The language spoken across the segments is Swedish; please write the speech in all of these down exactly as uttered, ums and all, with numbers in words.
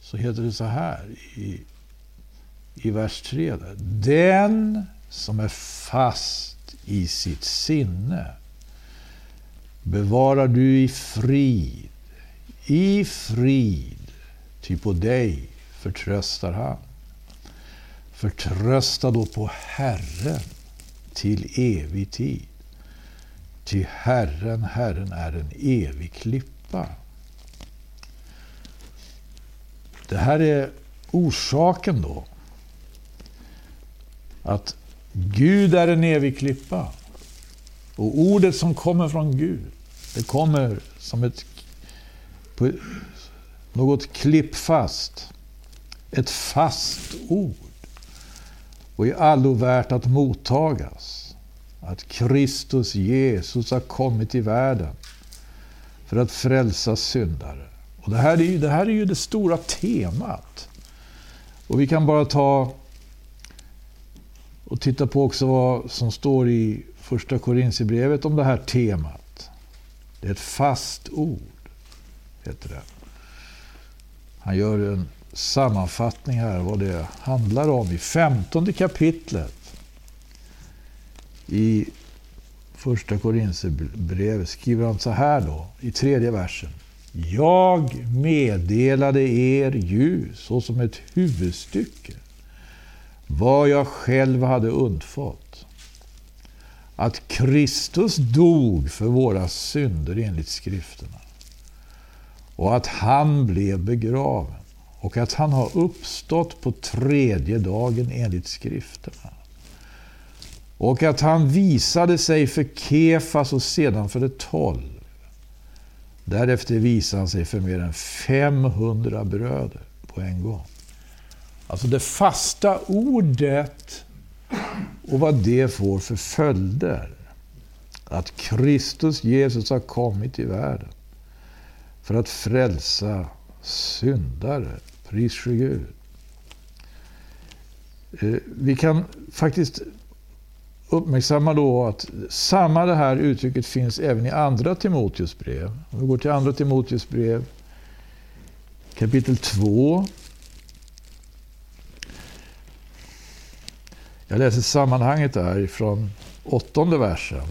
så heter det så här i, i vers tre. Där. Den som är fast i sitt sinne bevarar du i frid, i frid, ty på dig förtröstar han. Förtrösta då på Herren till evig tid. Ty Herren, Herren är en evig klippa. Det här är orsaken då. Att Gud är en evig klippa. Och ordet som kommer från Gud, det kommer som ett på något klippfast. Ett fast ord. Och är allo värt att mottagas. Att Kristus Jesus har kommit i världen för att frälsa syndare. Och det här är ju det, här är ju det stora temat. Och vi kan bara ta och titta på också vad som står i första Korinthierbrevet om det här temat. Det är ett fast ord, heter det. Han gör en sammanfattning här vad det handlar om i femtonde kapitlet i första Korinthierbrevet skriver han så här då i tredje versen. Jag meddelade er ju så som ett huvudstycke vad jag själv hade undfått. Att Kristus dog för våra synder enligt skrifterna. Och att han blev begraven. Och att han har uppstått på tredje dagen enligt skrifterna. Och att han visade sig för Kefas och sedan för de tolv. Därefter visade han sig för mer än femhundra bröder på en gång. Alltså det fasta ordet och vad det får för följder. Att Kristus Jesus har kommit i världen för att frälsa syndare. Pris för Gud. Vi kan faktiskt uppmärksamma då att samma det här uttrycket finns även i andra Timoteus brev. Om vi går till andra Timoteus brev kapitel två. Jag läser sammanhanget där från åttonde versen.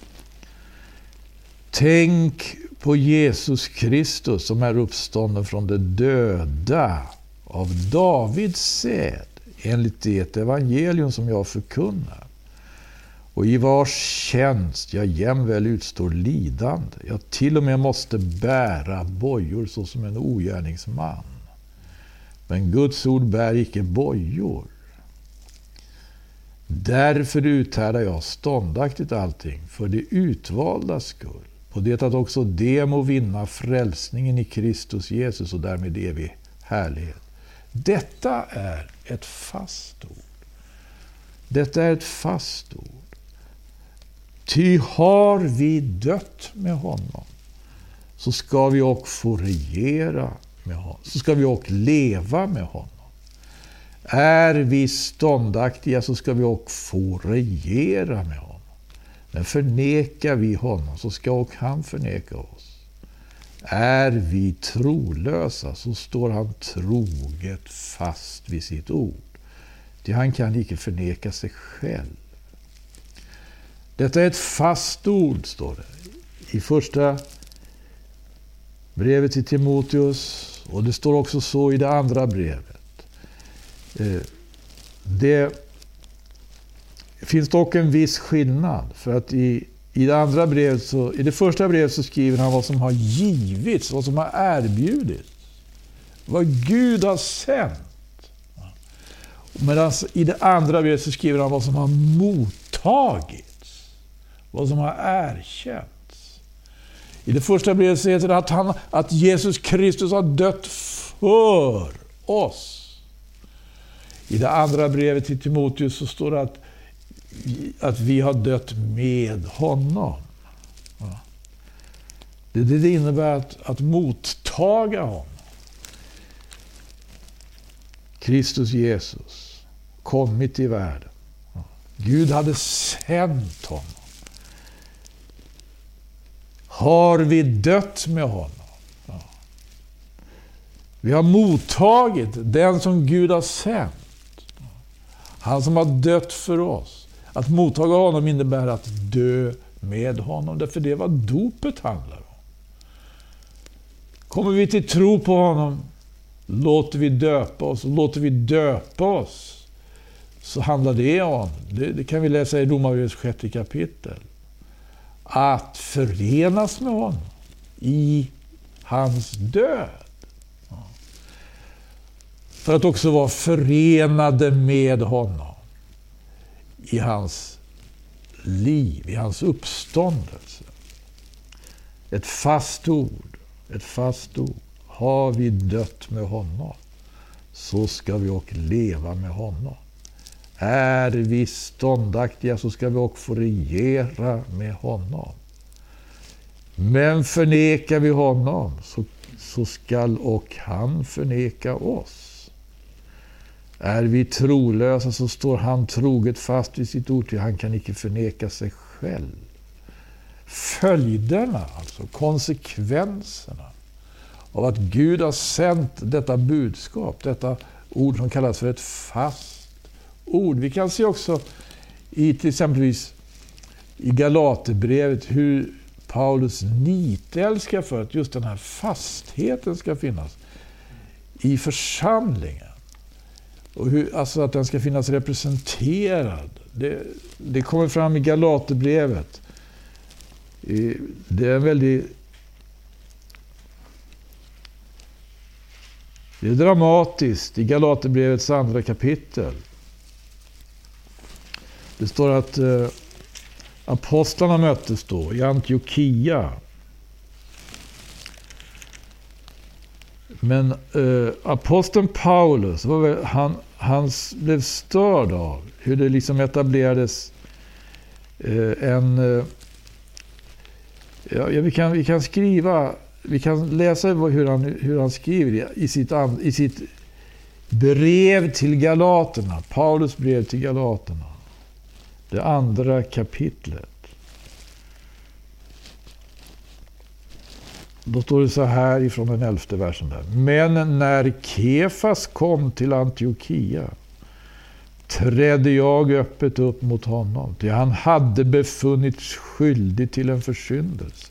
Tänk på Jesus Kristus som är uppstånden från de döda av Davids säd enligt det evangelium som jag förkunnar. Och i vars tjänst jag jämväl utstår lidande. Jag till och med måste bära bojor såsom en ogärningsman. Men Guds ord bär icke bojor. Därför uthärdar jag ståndaktigt allting för det utvalda skull. På det att också det må vinna frälsningen i Kristus Jesus och därmed evig härlighet. Detta är ett fast ord. Detta är ett fast ord. Ty har vi dött med honom så ska vi också få regera med honom. Så ska vi också leva med honom. Är vi ståndaktiga så ska vi också få regera med honom. Men förnekar vi honom så ska också han förneka oss. Är vi trolösa så står han troget fast vid sitt ord. Ty han kan inte förneka sig själv. Detta är ett fast ord, står det. I första brevet till Timoteus. Och det står också så i det andra brevet. Det finns dock en viss skillnad. För att i, i det andra brevet så, i det första brevet så skriver han vad som har givits, vad som har erbjudits. Vad Gud har sänt. Medan i det andra brevet så skriver han vad som har mottagits. Vad som har erkänts. I det första brevet så heter det att, han, att Jesus Kristus har dött för oss. I det andra brevet till Timoteus så står det att, att vi har dött med honom. Det, det innebär att, att mottaga honom. Kristus Jesus kommit i världen. Gud hade sänt honom. Har vi dött med honom? Ja. Vi har mottagit den som Gud har sänt. Han som har dött för oss. Att mottaga honom innebär att dö med honom. Därför det är vad dopet handlar om. Kommer vi till tro på honom, låter vi döpa oss. Och låter vi döpa oss, så handlar det om, det, det kan vi läsa i Romarbrevets sjätte kapitel, att förenas med honom i hans död. För att också vara förenade med honom i hans liv, i hans uppståndelse. Ett fast ord, ett fast ord. Har vi dött med honom, så ska vi också leva med honom. Är vi ståndaktiga, så ska vi också få regera med honom. Men förnekar vi honom, så, så skall och han förneka oss. Är vi trolösa, så står han troget fast vid sitt ord, till han kan icke förneka sig själv. Följderna, alltså konsekvenserna av att Gud har sänt detta budskap, detta ord som kallas för ett fast ord. Vi kan se också i till exempelvis i Galaterbrevet hur Paulus nitälskar för att just den här fastheten ska finnas i församlingen. Och hur, alltså att den ska finnas representerad. Det, det kommer fram i Galaterbrevet. Det är väldigt det är dramatiskt i Galaterbrevets andra kapitel. Det står att eh, apostlarna möttes då i Antiochia. Men eh, aposteln Paulus, var väl, han, han blev störd av hur det liksom etablerades eh, en... Eh, ja, vi, kan, vi kan skriva... Vi kan läsa hur han, hur han skriver i sitt, i sitt brev till Galaterna. Paulus brev till Galaterna. Det andra kapitlet. Då står det så här ifrån den elfte versen där. Men när Kefas kom till Antiochia, trädde jag öppet upp mot honom, till han hade befunnits skyldig till en försyndelse.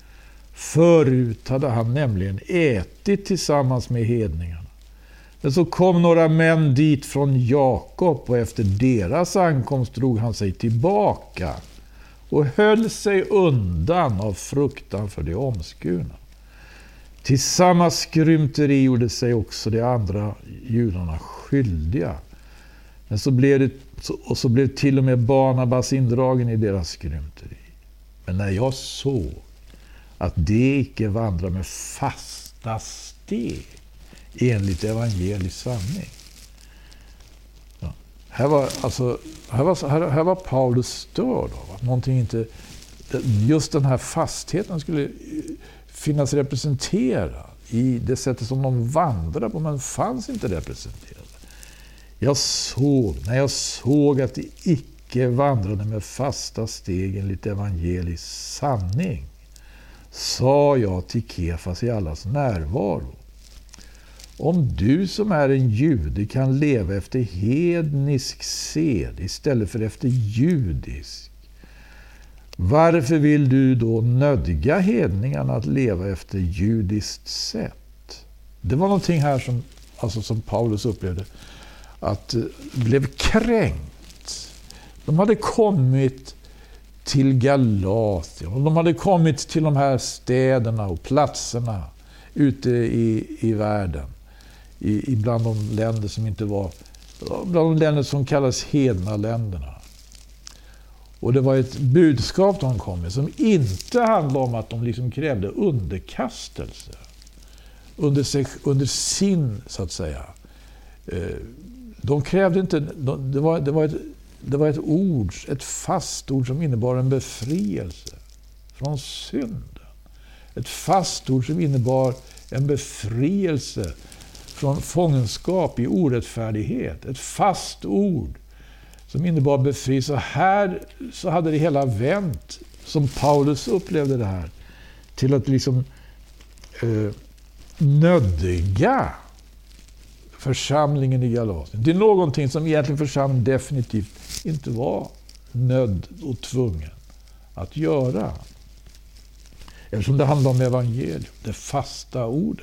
Förut hade han nämligen ätit tillsammans med hedningarna. Men så kom några män dit från Jakob, och efter deras ankomst drog han sig tillbaka och höll sig undan av fruktan för de omskurna. Till samma skrymteri gjorde sig också de andra judarna skyldiga. Men så blev det, och så blev till och med Barnabas indragen i deras skrymteri. Men när jag såg att det icke vandrar med fasta steg enligt evangelisk sanning. Ja. Här, var, alltså, här, var, här, här var Paulus störd av att någonting inte, just den här fastheten skulle finnas representerad i det sättet som de vandrar på, men fanns inte representerad. Jag såg, när jag såg att det icke vandrade med fasta steg enligt evangelisk sanning, sa jag till Kefas i allas närvaro: om du som är en jude kan leva efter hednisk sed istället för efter judisk, varför vill du då nödga hedningarna att leva efter judiskt sätt? Det var någonting här som, alltså som Paulus upplevde, att blev kränkt. De hade kommit till Galatien, och de hade kommit till de här städerna och platserna ute i, i världen, i, i bland de länder som inte var, bland de länder som kallas hedna länderna. Och det var ett budskap de kom med som inte handlade om att de liksom krävde underkastelse under, sig, under sin, så att säga. De krävde inte, det var, det var ett Det var ett ord, ett fast ord som innebar en befrielse från synden. Ett fast ord som innebar en befrielse från fångenskap i orättfärdighet. Ett fast ord som innebar befrielse. Här så hade det hela vänt, som Paulus upplevde det här, till att liksom eh, nödga församlingen i Galatien. Det är någonting som egentligen församlingen definitivt inte var nödd och tvungen att göra. Eftersom det handlar om evangelium, det fasta ordet.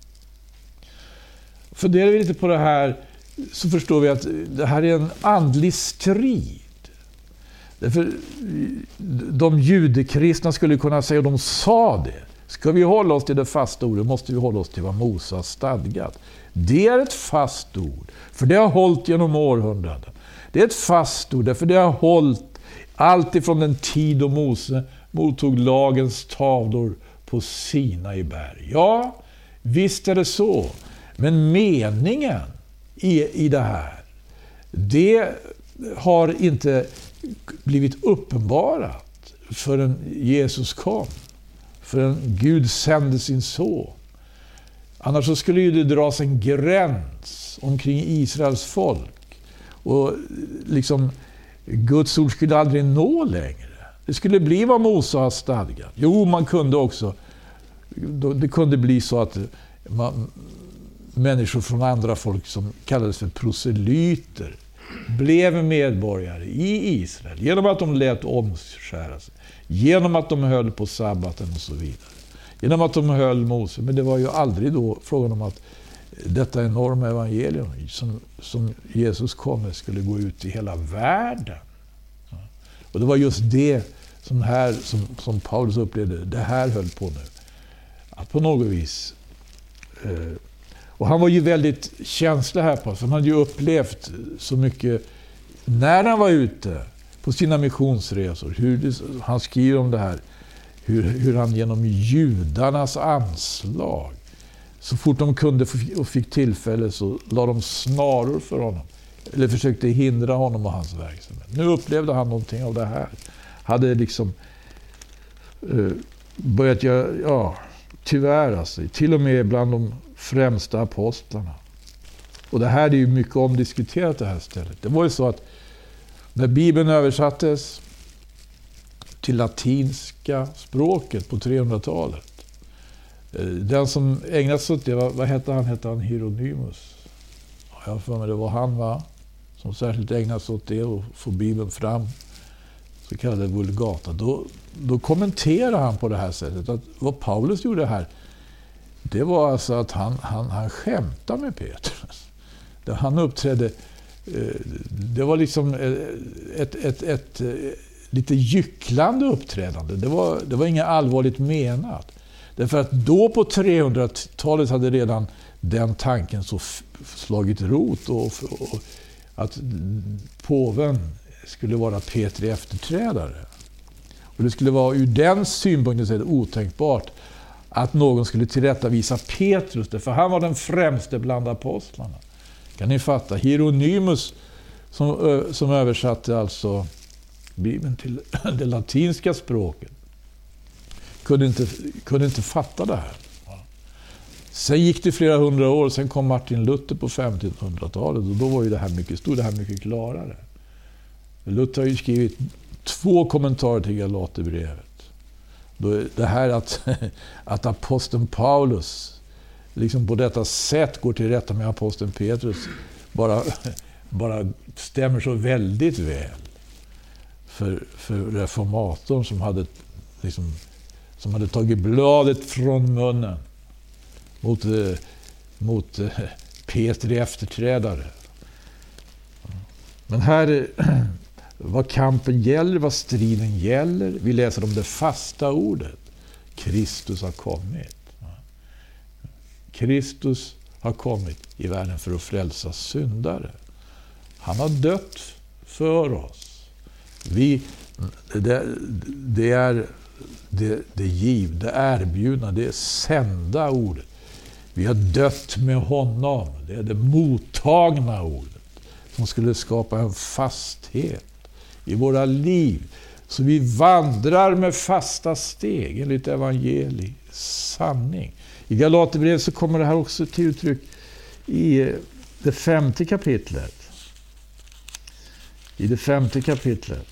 Funderar vi lite på det här så förstår vi att det här är en andlig strid. Därför de judekristna skulle kunna säga, och de sa det, ska vi hålla oss till det fasta ordet måste vi hålla oss till vad Mose har stadgat. Det är ett fast ord, för det har hållit genom århundraden. Det är ett fast ord, för det har hållit allt ifrån den tid då Mose mottog lagens tavlor på Sinai berg. Ja, visst är det så. Men meningen i, i det här, det har inte blivit uppenbarat förrän Jesus kom. Förrän Gud sände sin son. Annars så skulle ju det dras en gräns omkring Israels folk. Och liksom Guds ord skulle aldrig nå längre. Det skulle bli vad Mose har stadgat. Jo, man kunde också, det kunde bli så att man, människor från andra folk som kallades för proselyter blev medborgare i Israel genom att de lät omskära sig, genom att de höll på sabbaten och så vidare, genom att de höll Mose. Men det var ju aldrig då frågan om att detta enorma evangelium som, som Jesus kom med skulle gå ut i hela världen. Och det var just det som, här, som, som Paulus upplevde, det här höll på nu. Att på något vis... Eh, och han var ju väldigt känslig här på, för han hade ju upplevt så mycket när han var ute på sina missionsresor. Hur det, han skriver om det här, hur, hur han genom judarnas anslag, så fort de kunde och fick tillfälle så la de snaror för honom. Eller försökte hindra honom och hans verksamhet. Nu upplevde han någonting av det här. Hade liksom eh, börjat göra, ja, tyvärr alltså, till och med bland de främsta apostlarna. Och det här är ju mycket omdiskuterat det här stället. Det var ju så att när Bibeln översattes till latinska språket på trehundratalet, den som ägnade sig åt det, vad, vad hette han? Hette han Hieronymus? Jag för mig det var han, va? Som särskilt ägnade sig åt det och få Bibeln fram, så kallade Vulgata. Då, då kommenterar han på det här sättet att vad Paulus gjorde här, det var alltså att han, han, han skämtade med Petrus. Där han uppträdde, det var liksom ett, ett, ett, ett lite gycklande uppträdande. Det var, det var inget allvarligt menat. Därför att då på trehundratalet hade redan den tanken så f- slagit rot och, och att påven skulle vara Petri efterträdare. Och det skulle vara ur den synpunkten så otänkbart att någon skulle tillrättavisa Petrus, för han var den främste bland apostlarna. Kan ni fatta? Hieronymus som, som översatte alltså Bibeln till det latinska språket kunde inte, kunde inte fatta det här. Sen gick det flera hundra år, sen kom Martin Luther på femtonhundratalet och då var ju det här mycket stort, det här mycket klarare. Luther har ju skrivit två kommentarer till Galaterbrevet. Det här att, att aposteln Paulus liksom på detta sätt går till rätta med aposteln Petrus bara, bara stämmer så väldigt väl för, för reformatorn som hade, liksom, som hade tagit bladet från munnen mot, mot Petri efterträdare. Men här vad kampen gäller, vad striden gäller. Vi läser om det fasta ordet. Kristus har kommit. Kristus har kommit i världen för att frälsa syndare. Han har dött för oss. Vi, det, det är det, det giv, det erbjudna, det är sända ordet. Vi har dött med honom. Det är det mottagna ordet som skulle skapa en fasthet i våra liv. Så vi vandrar med fasta steg enligt evangelisk sanning. I Galaterbrevet så kommer det här också till uttryck i det femte kapitlet. I det femte kapitlet.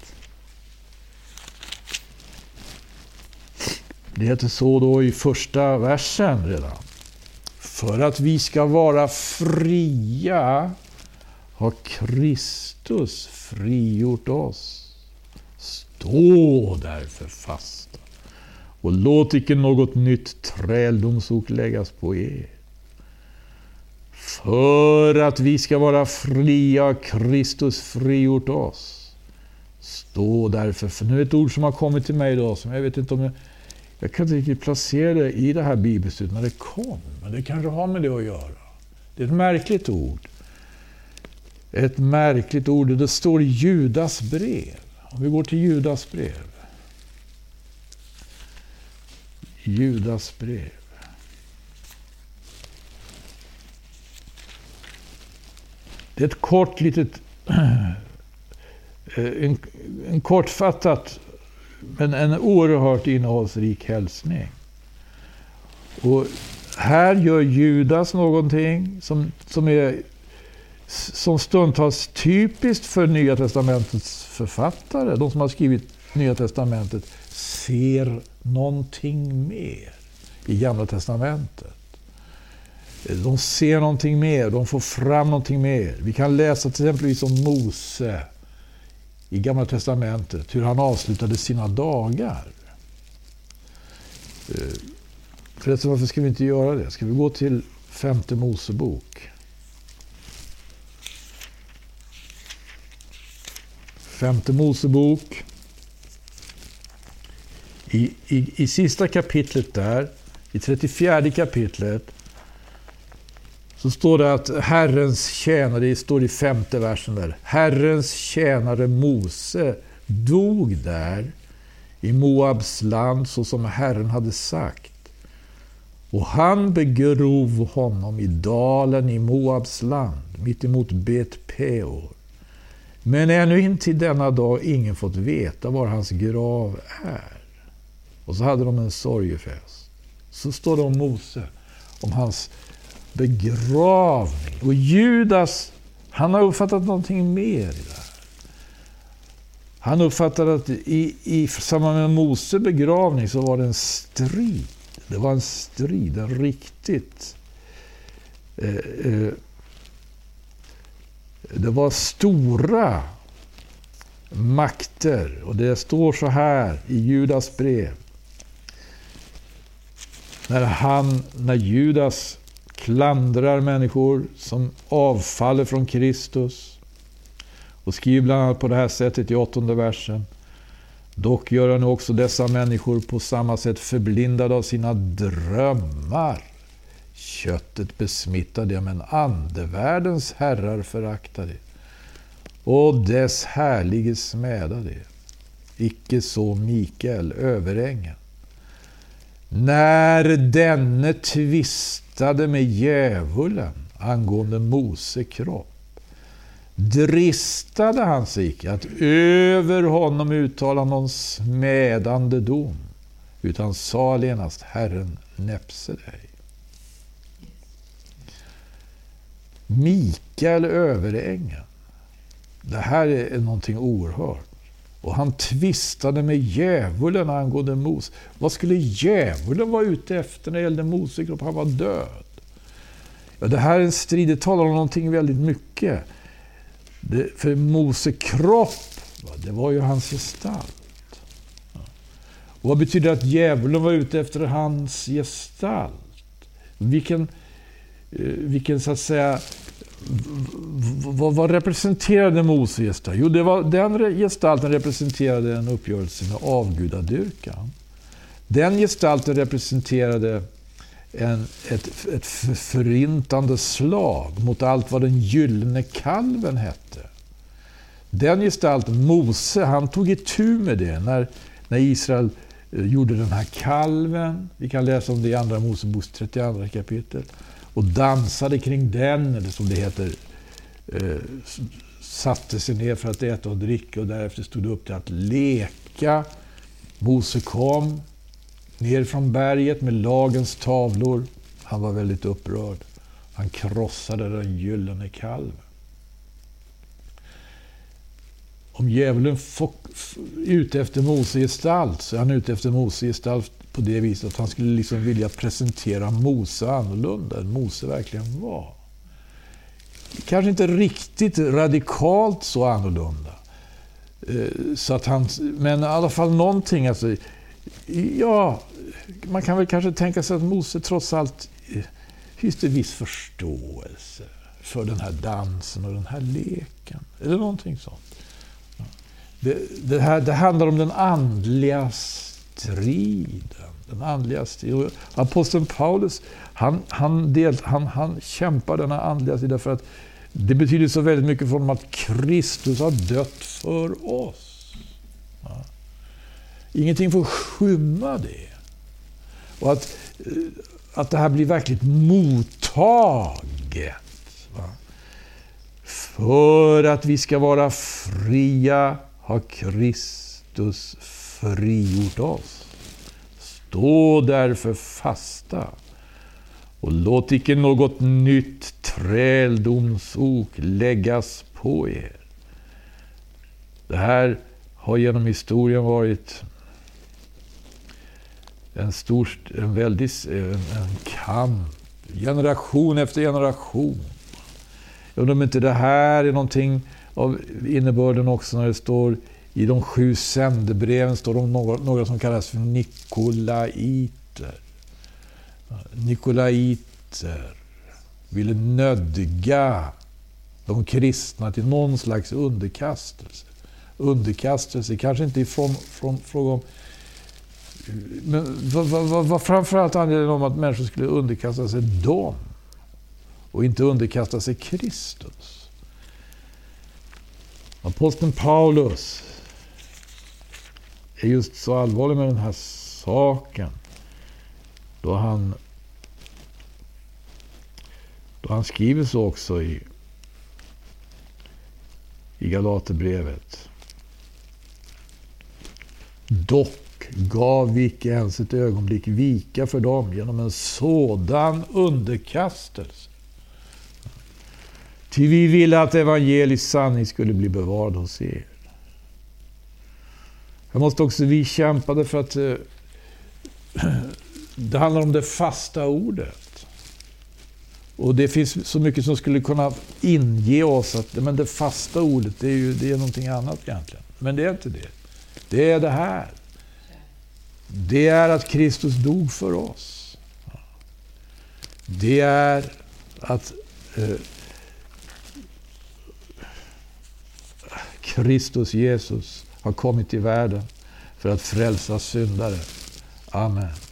Det heter så då i första versen redan. För att vi ska vara fria har Kristus frigjort oss. Stå därför fasta och låt icke något nytt träldomsok läggas på er. För att vi ska vara fria har Kristus frigjort oss. Stå därför, för nu är ett ord som har kommit till mig idag som jag vet inte om jag, jag kan inte riktigt placera det i det här bibelstudiet när det kom, men det kanske har med det att göra. Det är ett märkligt ord. Ett märkligt ord, det står Judas brev. Om vi går till Judas brev. Judas brev. Det är ett kort litet en, en kortfattat men en oerhört innehållsrik hälsning. Och här gör Judas någonting som, som är som stundtals typiskt för Nya testamentets författare, de som har skrivit Nya testamentet, ser någonting mer i Gamla testamentet. De ser någonting mer, de får fram någonting mer. Vi kan läsa till exempel om Mose i Gamla testamentet, hur han avslutade sina dagar. Förresten, varför ska vi inte göra det? Ska vi gå till femte Mosebok? Femte Mosebok. I, i, I sista kapitlet där, i trettiofjärde kapitlet, så står det att Herrens tjänare, det står i femte versen där, Herrens tjänare Mose dog där i Moabs land så som Herren hade sagt. Och han begrov honom i dalen i Moabs land, mitt emot Bet Peor. Men ännu inte i denna dag ingen fått veta var hans grav är. Och så hade de en sorgefest. Så står det om Mose, om hans begravning. Och Judas, han har uppfattat någonting mer i det här. Han uppfattade att i, i samband med Mose begravning så var det en strid. Det var en strid, en riktigt... Eh, eh, det var stora makter. Och det står så här i Judas brev. När han, när Judas klandrar människor som avfaller från Kristus och skriver bland annat på det här sättet i åttonde versen. Dock gör han också dessa människor på samma sätt förblindade av sina drömmar. Köttet besmittade, men andevärldens herrar föraktade. Och dess härlige smädade. Icke så Mikael överängen. När denne tvistade med djävulen angående Mose kropp, dristade han sig icke att över honom uttala någon smädande dom, utan sa allenast Herren näpse dig. Mikael överängen. Det här är någonting oerhört. Och han tvistade med djävulen angående Mose. Vad skulle djävulen vara ute efter när det gällde Mose kropp? Han var död. Ja, det här är en strid, det talar om någonting väldigt mycket. Det, för Mose kropp, det var ju hans gestalt. Ja. Och vad betyder att djävulen var ute efter hans gestalt? Vilken, vilken så att säga... Vad, vad representerade Mose gestalt? Jo, det var, den gestalten representerade en uppgörelse med avgudadyrkan. Den gestalten representerade en, ett, ett förintande slag mot allt vad den gyllene kalven hette. Den gestalten, Mose, han tog itu med det när, när Israel gjorde den här kalven. Vi kan läsa om det i andra Moseboks trettioandra kapitel. Och dansade kring den, eller som det heter, eh, satte sig ner för att äta och dricka och därefter stod upp till att leka. Mose kom ner från berget med lagens tavlor. Han var väldigt upprörd. Han krossade den gyllene kalven. om djävulen är ute efter Mose gestalt, så är han ute efter Mose gestalt på det viset att han skulle liksom vilja presentera Mose annorlunda än Mose verkligen var. Kanske inte riktigt radikalt så annorlunda. Så att han, men i alla fall någonting. Alltså, ja, man kan väl kanske tänka sig att Mose trots allt hyste viss förståelse för den här dansen och den här leken. Eller någonting sånt. Det, det, här, det handlar om den andliga striden. Den andliga striden. Aposteln Paulus, han, han, del, han, han kämpar denna andliga striden för att det betyder så väldigt mycket för honom att Kristus har dött för oss. Ja. Ingenting får skymma det. Och att, att det här blir verkligt mottaget. Va? För att vi ska vara fria har Kristus frigjort oss. Stå därför fasta. Och låt icke något nytt träldomsok läggas på er. Det här har genom historien varit en stor, en väldig en, en kamp. Generation efter generation. Jag undrar om inte det här är någonting av innebörden också när det står i de sju sändebreven står det några, några som kallas för Nikolaiter. Nikolaiter ville nödga de kristna till någon slags underkastelse. Underkastelse, kanske inte ifrån från fråga om, men vad, vad, vad framförallt angelägen om att människor skulle underkasta sig dem och inte underkasta sig Kristus. Aposteln Paulus är just så allvarlig med den här saken då han då han skriver så också i i Galaterbrevet. Dock gav vi icke ens ett ögonblick vika för dem genom en sådan underkastelse. Ty vi ville att evangelisk sanning skulle bli bevarad hos er. Jag måste också vi kämpade för att eh, det handlar om det fasta ordet. Och det finns så mycket som skulle kunna inge oss att men det fasta ordet, det är ju det är någonting annat egentligen. Men det är inte det. Det är det här. Det är att Kristus dog för oss. Det är att eh, Kristus Jesus har kommit till världen för att frälsa syndare. Amen.